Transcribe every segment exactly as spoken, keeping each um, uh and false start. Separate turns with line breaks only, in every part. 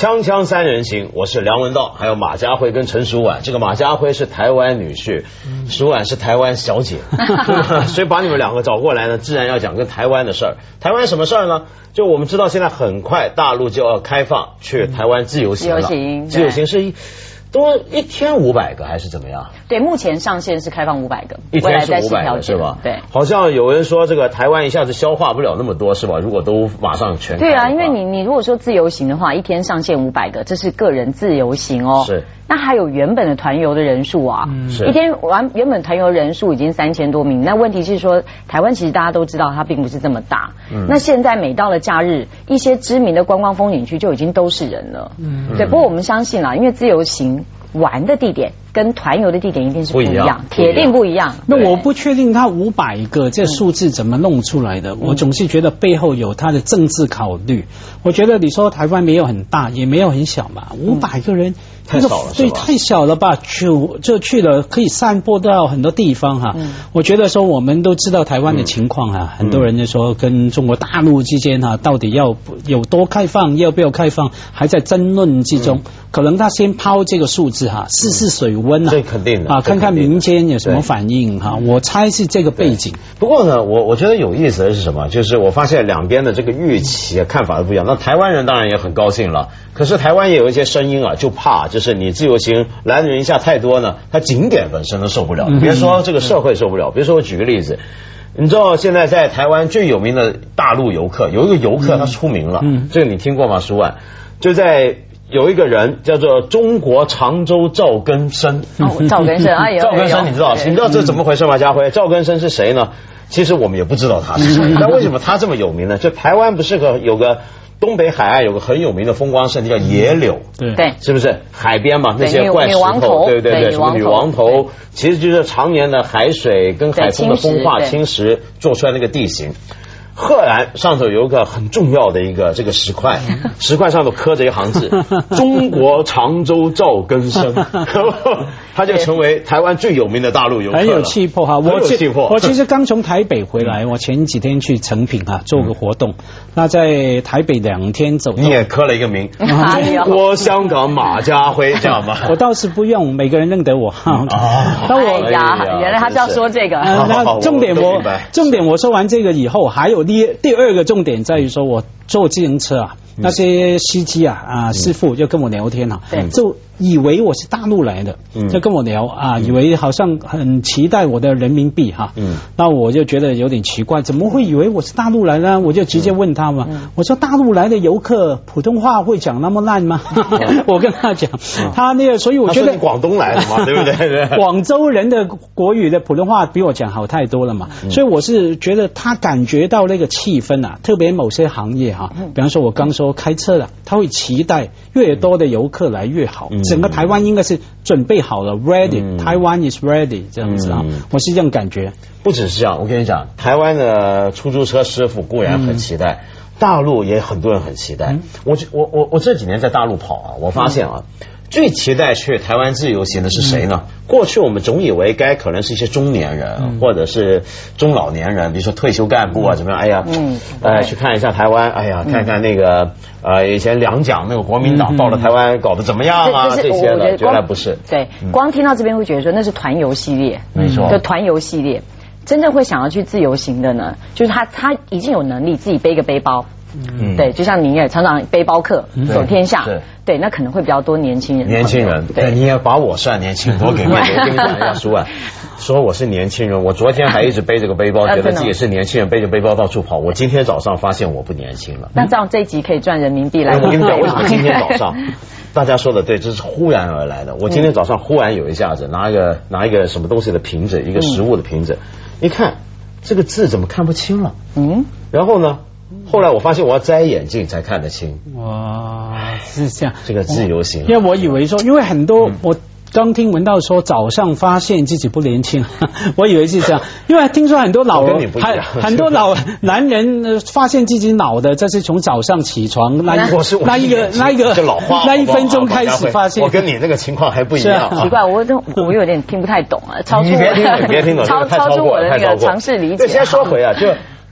锵锵三人行，我是梁文道，还有马家辉跟陈淑婉。这个马家辉是台湾女婿，淑婉是台湾小姐，所以把你们两个找过来呢，自然要讲跟台湾的事儿。台湾什么事儿呢？就我们知道，现在很快大陆就要开放去台湾自由行了，自由行，自由行是一。多一天五百个还是怎么样？
对，目前上限是开放五百个，
一天是五百个是吧？
对，
好像有人说这个台湾一下子消化不了那么多是吧？如果都马上全开。
对啊，因为你你如果说自由行的话，一天上限五百个，这是个人自由行哦。
是。
那还有原本的团游的人数啊，嗯、一天完原本团游人数已经三千多名。那问题是说，台湾其实大家都知道它并不是这么大。嗯、那现在每到了假日，一些知名的观光风景区就已经都是人了。嗯，对。不过我们相信啦，因为自由行玩的地点跟团游的地点一定是不一样，铁定不一样。
那我不确定它五百个这数字怎么弄出来的，嗯、我总是觉得背后有它的政治考虑。我觉得你说台湾没有很大，也没有很小嘛，五百个人。
太少了，
对，太小了吧？就就去了，可以散播到很多地方哈。嗯、我觉得说，我们都知道台湾的情况哈，嗯、很多人就说跟中国大陆之间哈，到底要有多开放，要不要开放，还在争论之中。嗯、可能他先抛这个数字哈，试试水温啊，
这肯定的
啊，看看民间有什么反应哈。我猜是这个背景。
不过呢，我我觉得有意思的是什么？就是我发现两边的这个预期看法都不一样。那台湾人当然也很高兴了，可是台湾也有一些声音啊，就怕就是你自由行来的人一下太多呢，它景点本身都受不了。嗯、别说这个社会受不了，比如说我举个例子，你知道现在在台湾最有名的大陆游客，有一个游客他出名了，嗯、这个你听过吗？舒婉，就在有一个人叫做中国常州赵根生。
哦，赵根生，哎呦，
赵根生，你知道？你知道这怎么回事吗？家辉，赵根生是谁呢？其实我们也不知道他是谁，但为什么他这么有名呢？就台湾不是个有个。东北海岸有个很有名的风光胜地叫野柳，
对，
是不是海边嘛？那些怪石头，对对对，什么女王头，其实就是常年的海水跟海风的风化侵蚀做出来那个地形。赫然上头有一个很重要的一个这个石块，石块上头刻着一行字：中国常州赵根生，他就成为台湾最有名的大陆游客了。
很有气魄哈！
我气魄。
我其实刚从台北回来，我前几天去成品啊做个活动，嗯、那在台北两天走。
你也刻了一个名，中国香港马家辉，这样吗？
我倒是不用，每个人认得我。啊，
那我呀，原来他是要说这个。
那重点我重点我说完这个以后，还有第第二个重点在于说，我坐自行车啊，那些司机啊啊师傅就跟我聊天啊，就以为我是大陆来的，就跟我聊啊，以为好像很期待我的人民币哈，嗯，那我就觉得有点奇怪，怎么会以为我是大陆来呢？我就直接问他嘛，我说大陆来的游客普通话会讲那么烂吗？我跟他讲，他那个，所以我觉得
广东来的嘛，对不对？
广州人的国语的普通话比我讲好太多了嘛，所以我是觉得他感觉到那个气氛啊，特别某些行业哈，比方说我刚说开车的，他会期待越多的游客来越好。整个台湾应该是准备好了 ，ready， 嗯、台湾 is ready 这样子啊，嗯、我是这样感觉。
不只是这样，我跟你讲，台湾的出租车师傅固然很期待，嗯、大陆也很多人很期待。嗯、我我我我这几年在大陆跑啊，我发现啊。嗯最期待去台湾自由行的是谁呢？嗯、过去我们总以为该可能是一些中年人，嗯、或者是中老年人，比如说退休干部啊，怎么样？哎呀，嗯，呃，去看一下台湾，哎呀，看看那个呃，以前两蒋那个国民党到了台湾搞得怎么样啊？这些的，原来不是。
对，光听到这边会觉得说那是团游系列，
没错，
就团游系列。真正会想要去自由行的呢，就是他他已经有能力自己背个背包。嗯，对，就像您也常常背包客走天下，对，那可能会比较多年轻人。
年轻人，对，你也把我算年轻人，我给面子。我跟你讲一下，舒婉，说我是年轻人，我昨天还一直背着个背包，觉得自己是年轻人，背着背包到处跑。我今天早上发现我不年轻了。
那这样这一集可以赚人民币来。
我跟你讲，为什么今天早上？大家说的对，这是忽然而来的。我今天早上忽然有一下子拿一个拿一个什么东西的瓶子，一个食物的瓶子，一看这个字怎么看不清了？嗯，然后呢？后来我发现我要摘眼镜才看得清。哇，
是这样。
这个自由行，
因为我以为说，因为很多、嗯、我刚听闻到说早上发现自己不年轻，我以为是这样，因为听说很多老人，很多老男人发现自己老的，这是从早上起床那一那一个那一个
老花
那一分钟开始发现。
我跟你那个情况还不一样。
奇怪，我都我有点听不太懂啊，超出
你别听懂，别听懂，
超超出我的那个尝试理解。
对，先说回啊，就。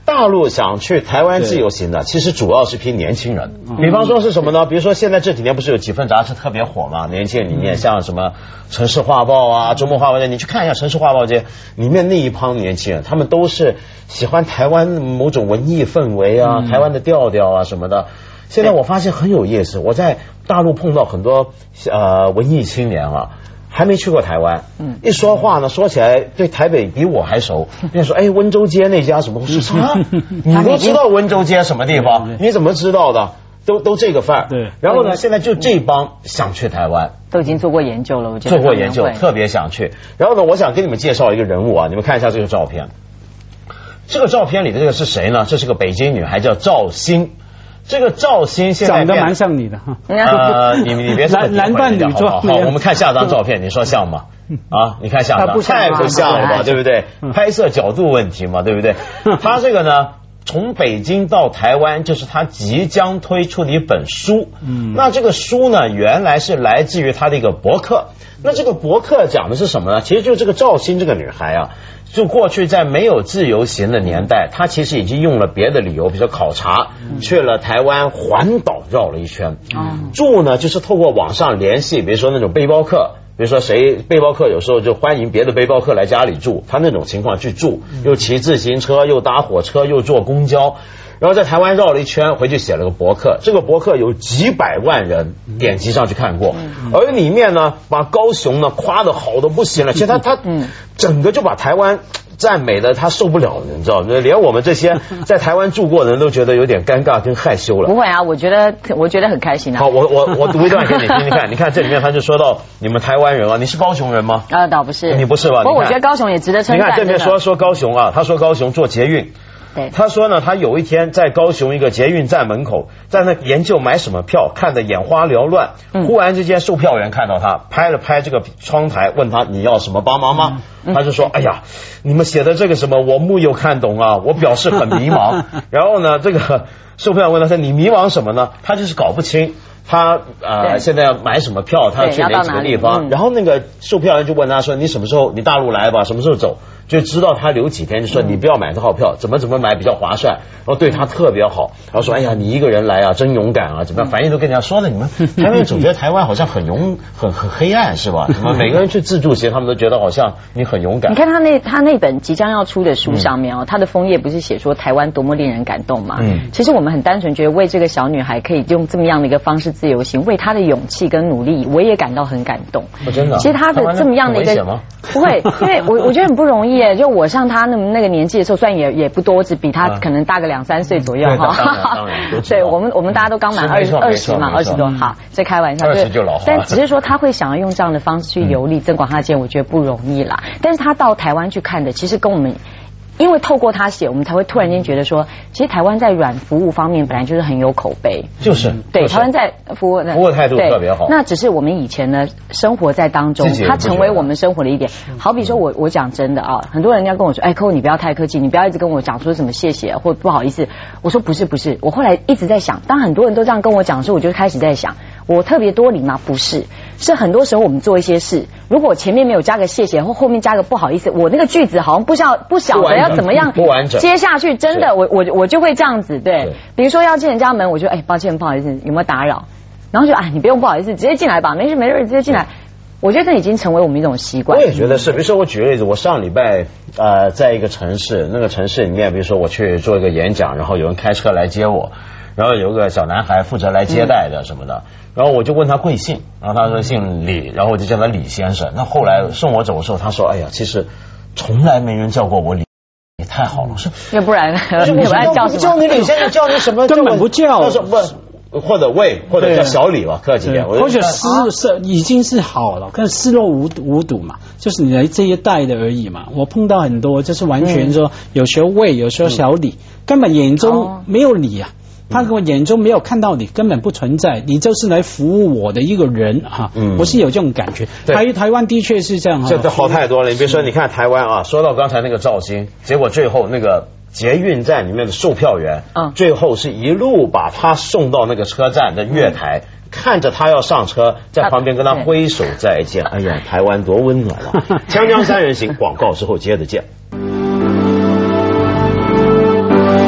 大陆想去台湾自由行的，其实主要是批年轻人。比方说是什么呢？比如说现在这几年不是有几份杂志特别火嘛？年轻人里面像什么《城市画报》啊、《周末画报》这，你去看一下《城市画报》这里面那一帮年轻人，他们都是喜欢台湾某种文艺氛围啊、台湾的调调啊什么的。现在我发现很有意思，我在大陆碰到很多呃文艺青年啊。还没去过台湾，嗯，一说话呢，说起来对台北比我还熟。人家说，哎，温州街那家什么是啥？你都知道温州街什么地方？你怎么知道的？都都这个范儿。对。然后呢，现在就这帮想去台湾，
都已经做过研究了，我觉得
做过研究，特别想去。然后呢，我想跟你们介绍一个人物啊，你们看一下这个照片。这个照片里的这个是谁呢？这是个北京女孩，叫赵欣。这个赵欣现在
长得蛮像你的哈，
呃，你你别说
男扮女装，
好，我们看下张照片，你说像吗？啊，你看下张，太不像了吧，对不对？拍摄角度问题嘛，对不对？他这个呢，从北京到台湾，就是他即将推出的一本书。嗯，那这个书呢，原来是来自于他的一个博客。那这个博客讲的是什么呢？其实就是这个赵欣这个女孩啊。就过去在没有自由行的年代，他其实已经用了别的理由，比如说考察，去了台湾环岛绕了一圈。住呢就是透过网上联系，比如说那种背包客，比如说谁背包客有时候就欢迎别的背包客来家里住，他那种情况去住，又骑自行车，又搭火车，又坐公交。然后在台湾绕了一圈，回去写了个博客，这个博客有几百万人点击上去看过，而里面呢把高雄呢夸得好的不行了，其实他他整个就把台湾赞美的他受不了，你知道，连我们这些在台湾住过的人都觉得有点尴尬跟害羞了。
不会啊，我觉得我觉得很开心啊。
好，我我我读一段给你听听看，你看这里面他就说到你们台湾人啊，你是高雄人吗？
啊，倒不是，
你不是吧？
不过我觉得高雄也值得称赞。
你看这边说说高雄啊，他说高雄坐捷运。
对，
他说呢，他有一天在高雄一个捷运站门口，在那研究买什么票，看得眼花缭乱。嗯、忽然之间，售票员看到他，拍了拍这个窗台，问他你要什么帮忙吗？嗯、他就说：“哎呀，你们写的这个什么，我木有看懂啊，我表示很迷茫。”然后呢，这个售票员问他说：“你迷茫什么呢？”他就是搞不清。他呃现在要买什么票，他要去哪几个地方？嗯、然后那个售票员就问他说：“你什么时候？你大陆来吧？什么时候走？”就知道他留几天，就说你不要买这号票，怎么怎么买比较划算，然后对他特别好，然后说哎呀你一个人来啊真勇敢啊，怎么样，反应都跟人家说了，你们台湾人总觉得台湾好像很勇很很黑暗是吧？怎么每个人去自助鞋，他们都觉得好像你很勇敢。
你看他那他那本即将要出的书上面哦，他的封页不是写说台湾多么令人感动吗？嗯，其实我们很单纯觉得为这个小女孩可以用这么样的一个方式自由行，为她的勇气跟努力，我也感到很感动。
哦、真的、啊，
其实她的这么样的一个不会，因为我我觉得很不容易耶，就我像她。他那么那个年纪的时候，虽然也也不多，只比他可能大个两三岁左右哈。对，我们我们大家都刚满二十二十嘛，二十多，好，这开玩笑。
二十就老。
但只是说他会想要用这样的方式去游历增广他的见，我觉得不容易啦。但是他到台湾去看的，其实跟我们。因为透过他写，我们才会突然间觉得说，其实台湾在软服务方面本来就是很有口碑，
就是
对台湾在服务
服务态度特别好。
那只是我们以前呢生活在当中，它成为我们生活的一点。好比说我我讲真的啊，很多人家跟我说，哎，客户你不要太客气，你不要一直跟我讲说什么谢谢或不好意思。我说不是不是，我后来一直在想，当很多人都这样跟我讲的时候，我就开始在想，我特别多礼吗？不是，是很多时候我们做一些事，如果前面没有加个谢谢，或后面加个不好意思，我那个句子好像不晓不晓得要怎么样。
不完整，
接下去真的，我我我就会这样子，对，对比如说要进人家门，我就哎，抱歉，不好意思，有没有打扰？然后就哎，你不用不好意思，直接进来吧，没事没事，直接进来。我觉得这已经成为我们一种习惯。
我也觉得是，比如说我举个例子，我上礼拜呃，在一个城市，那个城市里面，比如说我去做一个演讲，然后有人开车来接我，然后有个小男孩负责来接待的什么的，嗯、然后我就问他贵姓，然后他说姓李，然后我就叫他李先生。那后来送我走的时候，他说，哎呀，其实从来没人叫过我李。你太好了，我说
要不然，要不然叫什么？
叫你李先生，叫你什么？
根本不叫，
不，或者喂，或者叫小李吧，客气点。
或者思是已经是好了，可是视若无无睹嘛，就是你来这一代的而已嘛。我碰到很多，就是完全说，有时候喂，有时候小李，根本眼中没有你啊。他跟我眼中没有看到你，根本不存在，你就是来服务我的一个人哈。嗯，我是有这种感觉。台台湾的确是这样，
这好太多了。你别说，你看台湾啊，说到刚才那个赵欣，结果最后那个捷运站里面的售票员，嗯，最后是一路把他送到那个车站的月台，嗯、看着他要上车，在旁边跟他挥手再见。哎呀，台湾多温暖啊！锵锵三人行，广告之后接着见。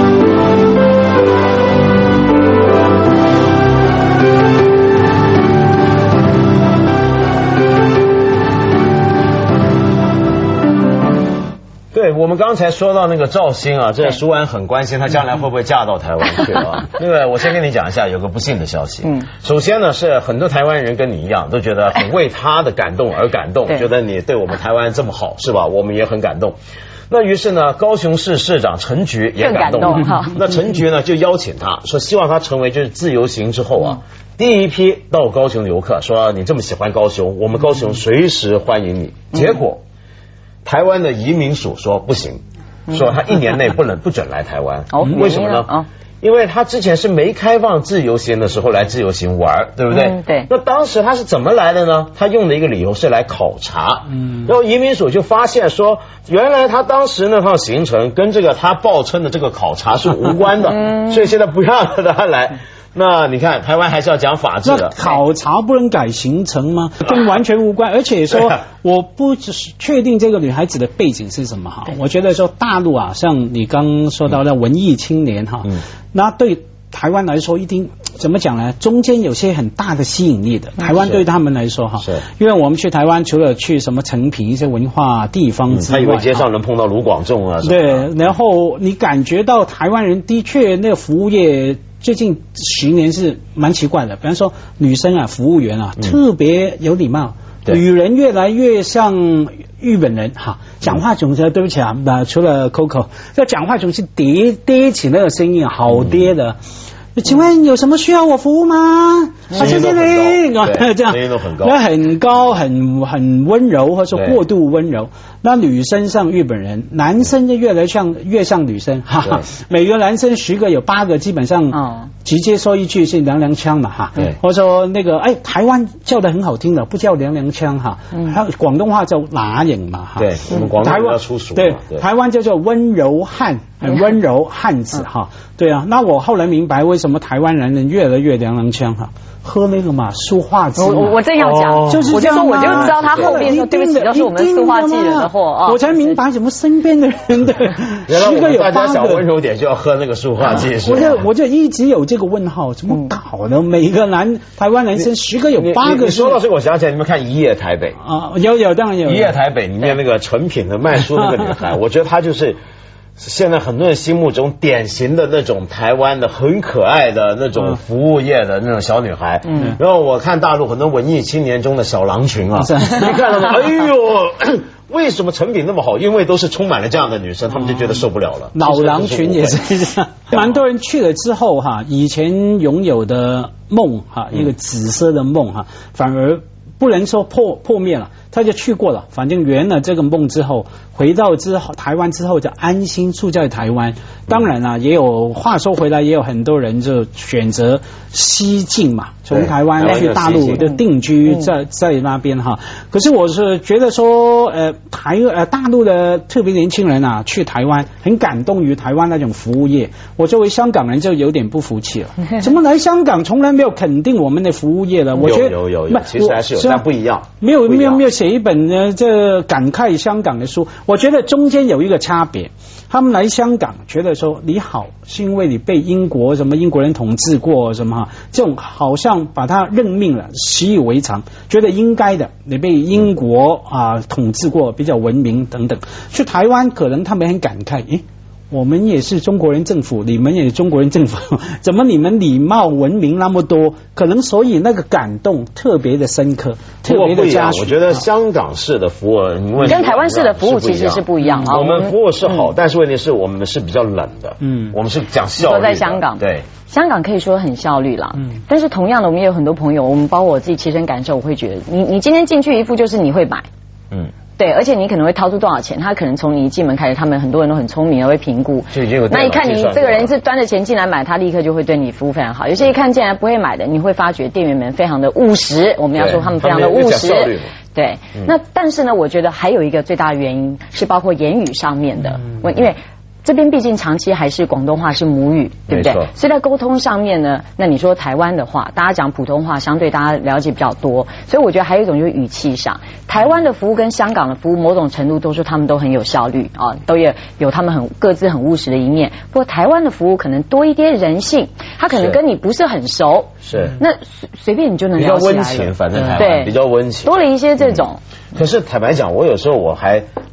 们刚才说到那个赵星啊，这舒安很关心她将来会不会嫁到台湾去啊。那个我先跟你讲一下，有个不幸的消息。嗯，首先呢是很多台湾人跟你一样都觉得很为她的感动而感动，觉得你对我们台湾这么好是吧？我们也很感动。那于是呢，高雄市市长陈菊也感动了。那陈菊呢就邀请他说，希望他成为就是自由行之后啊，第一批到高雄的游客，说你这么喜欢高雄，我们高雄随时欢迎你。结果台湾的移民署说不行，说他一年内不能不准来台湾。为什么呢？因为他之前是没开放自由行的时候来自由行玩，对不对？嗯、对。那当时他是怎么来的呢？他用的一个理由是来考察，嗯，然后移民署就发现说，原来他当时那趟行程跟这个他报称的这个考察是无关的，嗯、所以现在不让他来。那你看，台湾还是要讲法治的。
那考察不能改行程吗？跟完全无关。而且说，我不只是确定这个女孩子的背景是什么哈。我觉得说大陆啊，像你刚说到的文艺青年哈，嗯、那对台湾来说一定怎么讲呢？中间有些很大的吸引力的。台湾对他们来说哈，是因为我们去台湾除了去什么成品一些文化地方之外，
他以为街上能碰到卢广仲啊。
对，然后你感觉到台湾人的确那个服务业。最近十年是蛮奇怪的，比方说女生啊，服务员啊，嗯、特别有礼貌，女人越来越像日本人哈，讲话总是对不起啊，那除了 Coco， 这讲话总是嗲嗲起那个声音，好嗲的。嗯、请问有什么需要我服务吗？
啊，谢谢你，
这样声
音都很高，
那很高，很很温柔，或者说过度温柔。那女生像日本人，男生就越来像越像女生，哈哈。每个男生十个有八个基本上直接说一句是娘娘腔嘛，哈。对。或者说那个哎，台湾叫的很好听的，不叫娘娘腔哈，还有广东话叫乸型嘛，哈。
对，我们广东话要粗俗。
对，台湾叫做温柔汉，很温柔汉子哈。对啊，那我后来明白为什么台湾男人越来越娘娘腔哈。喝那个嘛塑化剂，
我我正要讲，就是我就说我就知道他后面说对不起，都是我们塑化剂惹的祸啊！
我才明白怎么身边的人的
十个有八个，大家想温柔点就要喝那个塑化剂。
我就我就一直有这个问号，怎么搞的？每个男台湾男生十个有八个。
说到这个，我想起来，你们看《一夜台北》
啊，有有当然有，《
一夜台北》里面那个成品的卖书那个女孩，我觉得她就是。现在很多人心目中典型的那种台湾的很可爱的那种服务业的那种小女孩，嗯，然后我看大陆很多文艺青年中的小狼群啊，你看到吗？哎呦，为什么成品那么好？因为都是充满了这样的女生，他们就觉得受不了了。
老狼群也是这样，蛮多人去了之后哈，以前拥有的梦哈，一个紫色的梦哈，反而不能说破破灭了。他就去过了，反正圆了这个梦之后，回到之后台湾之后就安心住在台湾。当然啊，也有话说回来，也有很多人就选择西进嘛，从台湾去大陆就定居在在那边哈。可是我是觉得说，呃，台呃大陆的特别年轻人啊，去台湾很感动于台湾那种服务业。我作为香港人就有点不服气了，怎么来香港从来没有肯定我们的服务业的？我觉得
有有有，其实还是有，但不一样，
没有没有没有。写一本呢，这感慨香港的书，我觉得中间有一个差别。他们来香港，觉得说你好，是因为你被英国什么英国人统治过什么哈，这种好像把它认命了，习以为常，觉得应该的。你被英国啊统治过，比较文明等等。去台湾，可能他们很感慨，诶。我们也是中国人政府，你们也是中国人政府，怎么你们礼貌文明那么多？可能所以那个感动特别的深刻，特别的加。
我觉得香港式的服务，你问
跟台湾式的服务其实是不一样啊。
我们服务是好，但是问题是我们是比较冷的，嗯，我们是讲效率。
说在香港，
对，
香港可以说很效率啦，嗯，但是同样的，我们也有很多朋友，我们包括我自己亲身感受，我会觉得，你你今天进去一副就是你会买，嗯。对，而且你可能会掏出多少钱，他可能从你一进门开始，他们很多人都很聪明，会评估。那一看你这个人是端着钱进来买，他立刻就会对你服务非常好。有些一看进来不会买的，你会发觉店员们非常的务实。我们要说他们非常的务实。对，嗯、那但是呢，我觉得还有一个最大的原因是包括言语上面的，嗯、因为。这边毕竟长期还是广东话是母语，对不对？所以在沟通上面呢，那你说台湾的话，大家讲普通话，相对大家了解比较多，所以我觉得还有一种就是语气上，台湾的服务跟香港的服务某种程度都说他们都很有效率啊，都也有他们很各自很务实的一面。不过台湾的服务可能多一点人性，他可能跟你不是很熟，
是
那随随便你就能聊起来了，
比较温情，反正台湾比较温情，
多了一些这种。
可是坦白讲，我有时候我还特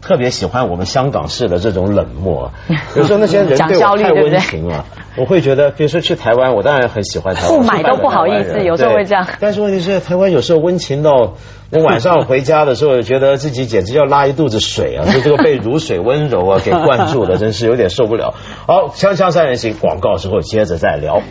特别喜欢我们香港式的这种冷漠，有时候那些人对我太温情了，我会觉得，比如说去台湾，我当然很喜欢台湾，
不买都不好意思，有时候会这样。
但是问题是，台湾有时候温情到我晚上回家的时候，觉得自己简直要拉一肚子水啊！就这个被如水温柔啊给灌注的，真是有点受不了。好，锵锵三人行，广告之后接着再聊。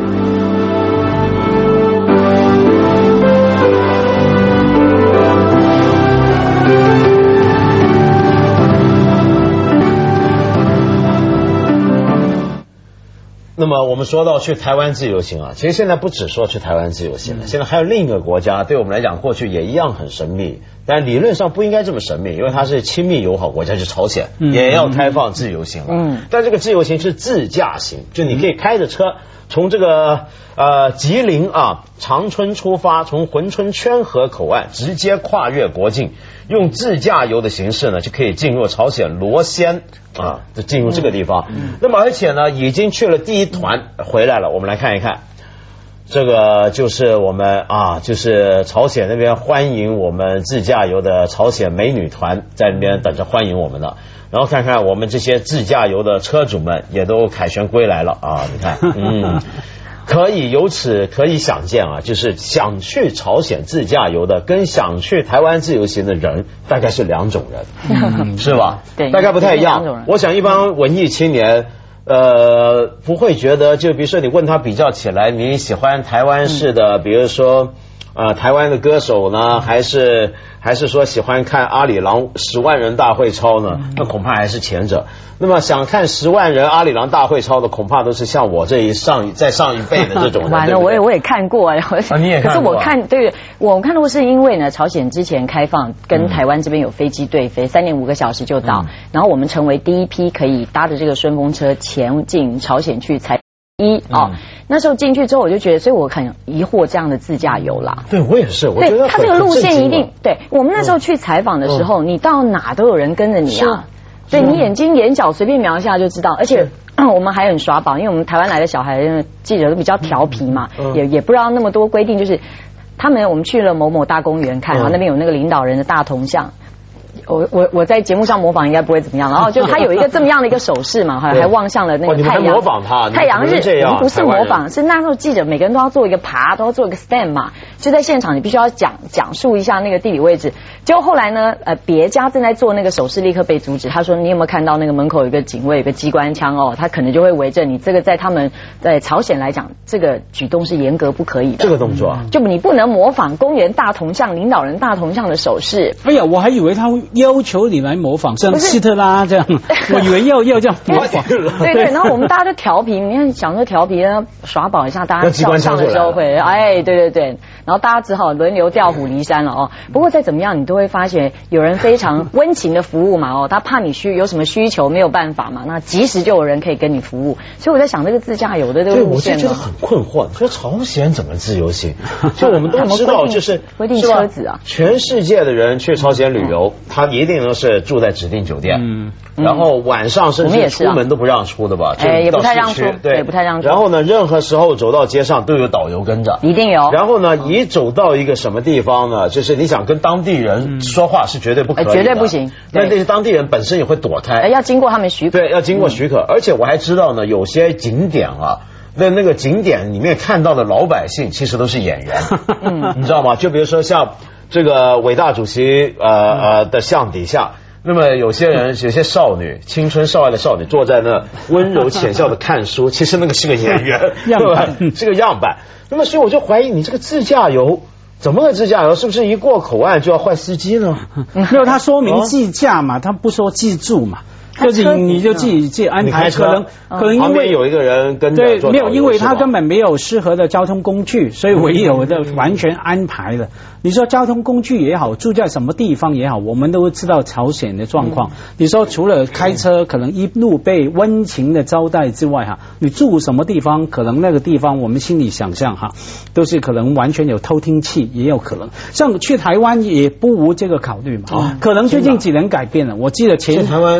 那么我们说到去台湾自由行啊，其实现在不只说去台湾自由行了，现在还有另一个国家，对我们来讲过去也一样很神秘，但理论上不应该这么神秘，因为它是亲密友好国家，就是朝鲜，也要开放自由行了。嗯，但这个自由行是自驾行，就你可以开着车从这个呃吉林啊长春出发，从珲春圈河口岸直接跨越国境，用自驾游的形式呢，就可以进入朝鲜罗先啊，就进入这个地方。嗯、那么而且呢，已经去了第一团回来了，我们来看一看。这个就是我们啊，就是朝鲜那边欢迎我们自驾游的朝鲜美女团在那边等着欢迎我们的。然后看看我们这些自驾游的车主们也都凯旋归来了啊！你看，嗯，可以由此可以想见啊，就是想去朝鲜自驾游的跟想去台湾自由行的人大概是两种人，是吧？
对，
大概不太一样。我想一般文艺青年。呃，不会觉得，就比如说你问他比较起来，你喜欢台湾式的，比如说呃台湾的歌手呢，还是还是说喜欢看阿里郎十万人大会超呢？那恐怕还是前者。那么想看十万人阿里郎大会超的，恐怕都是像我这一上再上一辈的这种人。
完了，我也我也看过，啊，
你也看过。
可是我看对，我看到是因为呢，朝鲜之前开放跟台湾这边有飞机对飞，三点五个小时就到，嗯、然后我们成为第一批可以搭着这个顺风车前进朝鲜去采一啊。嗯、那时候进去之后，我就觉得，所以我很疑惑这样的自驾游啦。
对，我也是，我觉得
他这个路线一定对。我们那时候去采访的时候，嗯、你到哪都有人跟着你啊。对，你眼睛眼角随便瞄一下就知道，而且、嗯、我们还很耍宝，因为我们台湾来的小孩记者都比较调皮嘛，嗯、也也不知道那么多规定，就是他们我们去了某某大公园看，然后那边有那个领导人的大铜像。我我我在节目上模仿应该不会怎么样，然后就他有一个这么样的一个手势嘛，还还望向了那个太阳，
模仿他
太阳日，我们不是模仿，是那时候记者每个人都要做一个爬，都要做一个 stand 嘛，就在现场你必须要讲讲述一下那个地理位置。结果后来呢，呃，别家正在做那个手势，立刻被阻止。他说：“你有没有看到那个门口有一个警卫，有个机关枪哦？他可能就会围着你。这个在他们在朝鲜来讲，这个举动是严格不可以的。
这个动作，
就你不能模仿公园大铜像、领导人大铜像的手势。
哎呀，我还以为他要求你来模仿，像希特拉这样，我以为要要这样模仿。
对对，然后我们大家就调皮，你看想说调皮耍宝一下，大家上上的时候会，哎，对对对，然后大家只好轮流调虎离山了哦。不过再怎么样，你都会发现有人非常温情的服务嘛哦，他怕你需有什么需求没有办法嘛，那及时就有人可以跟你服务。所以我在想这个自驾游的这个路线呢，
我就觉得很困惑。你说朝鲜怎么自由行？就我们都知道，就是
规定车子啊，
全世界的人去朝鲜旅游，他一定都是住在指定酒店，嗯，然后晚上甚至出门都不让出的吧？
哎，也不太让出，对，也不太让出。
然后呢，任何时候走到街上都有导游跟着，
一定有。
然后呢，一走到一个什么地方呢，就是你想跟当地人说话是绝对不可以的，
绝对不行。
那这些当地人本身也会躲开，
要经过他们许可。
对，要经过许可。而且我还知道呢，有些景点啊。那那个景点里面看到的老百姓其实都是演员，嗯，你知道吗？就比如说像这个伟大主席呃呃的像底下，那么有些人有些少女，青春少爱的少女坐在那温柔浅笑的看书，其实那个是个演员，对吧？是个样板。那么所以我就怀疑你这个自驾游。怎么个自驾游？是不是一过口岸就要换司机呢？
没有，他说明自驾嘛，他不说自助嘛。就是你就自己自己安排，可能可能因为
有一个人跟着
对，没有，因为他根本没有适合的交通工具，所以唯有的完全安排了。你说交通工具也好，住在什么地方也好，我们都知道朝鲜的状况。你说除了开车可能一路被温情的招待之外哈，你住什么地方，可能那个地方我们心里想象哈，都是可能完全有偷听器，也有可能。像去台湾也不无这个考虑嘛，可能最近几年改变了。我记得前
台湾装偷听。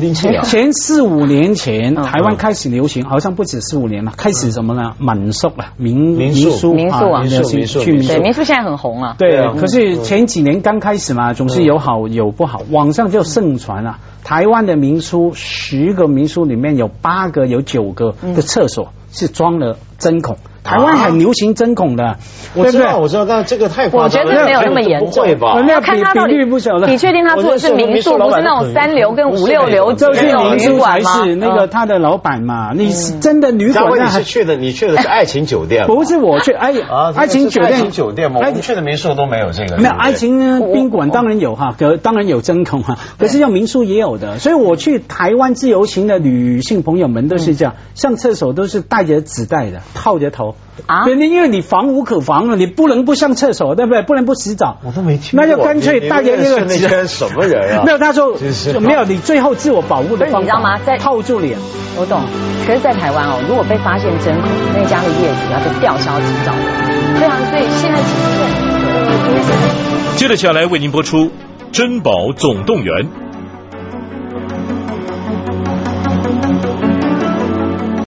冰器啊。
前四五年前，台湾开始流行，好像不止四五年了，开始什么呢？民宿了，民
民宿
民宿啊，
民宿民宿
去民宿，对，民宿现在很红啊。
对，可是前几年刚开始嘛，总是有好有不好，网上就盛传啊，台湾的民宿十个民宿里面有八个有九个的厕所是装了针孔。台湾很流行针孔的，
我知道，我知道，但这个太夸张了。
我觉得没有那么严重，
不会吧？
要看他到底，你确定他做的是民宿，不是那种三流跟五六流这种旅馆吗？
是那个他的老板嘛？你是真的旅馆？
你是去的，你去的是爱情酒店？
不是我去，哎，爱情酒店，
爱情酒店吗？我们去的民宿都没有这个。
没有爱情宾馆当然有哈，可当然有针孔哈，可是要民宿也有的。所以我去台湾自由行的女性朋友们都是这样，上厕所都是带着纸袋的，套着头啊。因为你防无可防了，你不能不上厕所，对不对？不能不洗澡。
我都没听过。
那就干脆带着那个
那些什么人啊？
没有，他说没有，你最后自我保护的方法，
你知道吗？在
套住脸。
我懂。可是，在台湾哦，如果被发现针孔，那家的业主要被吊销执照的。对啊，所以现在其实，
接着下来为您播出《珍宝总动员》。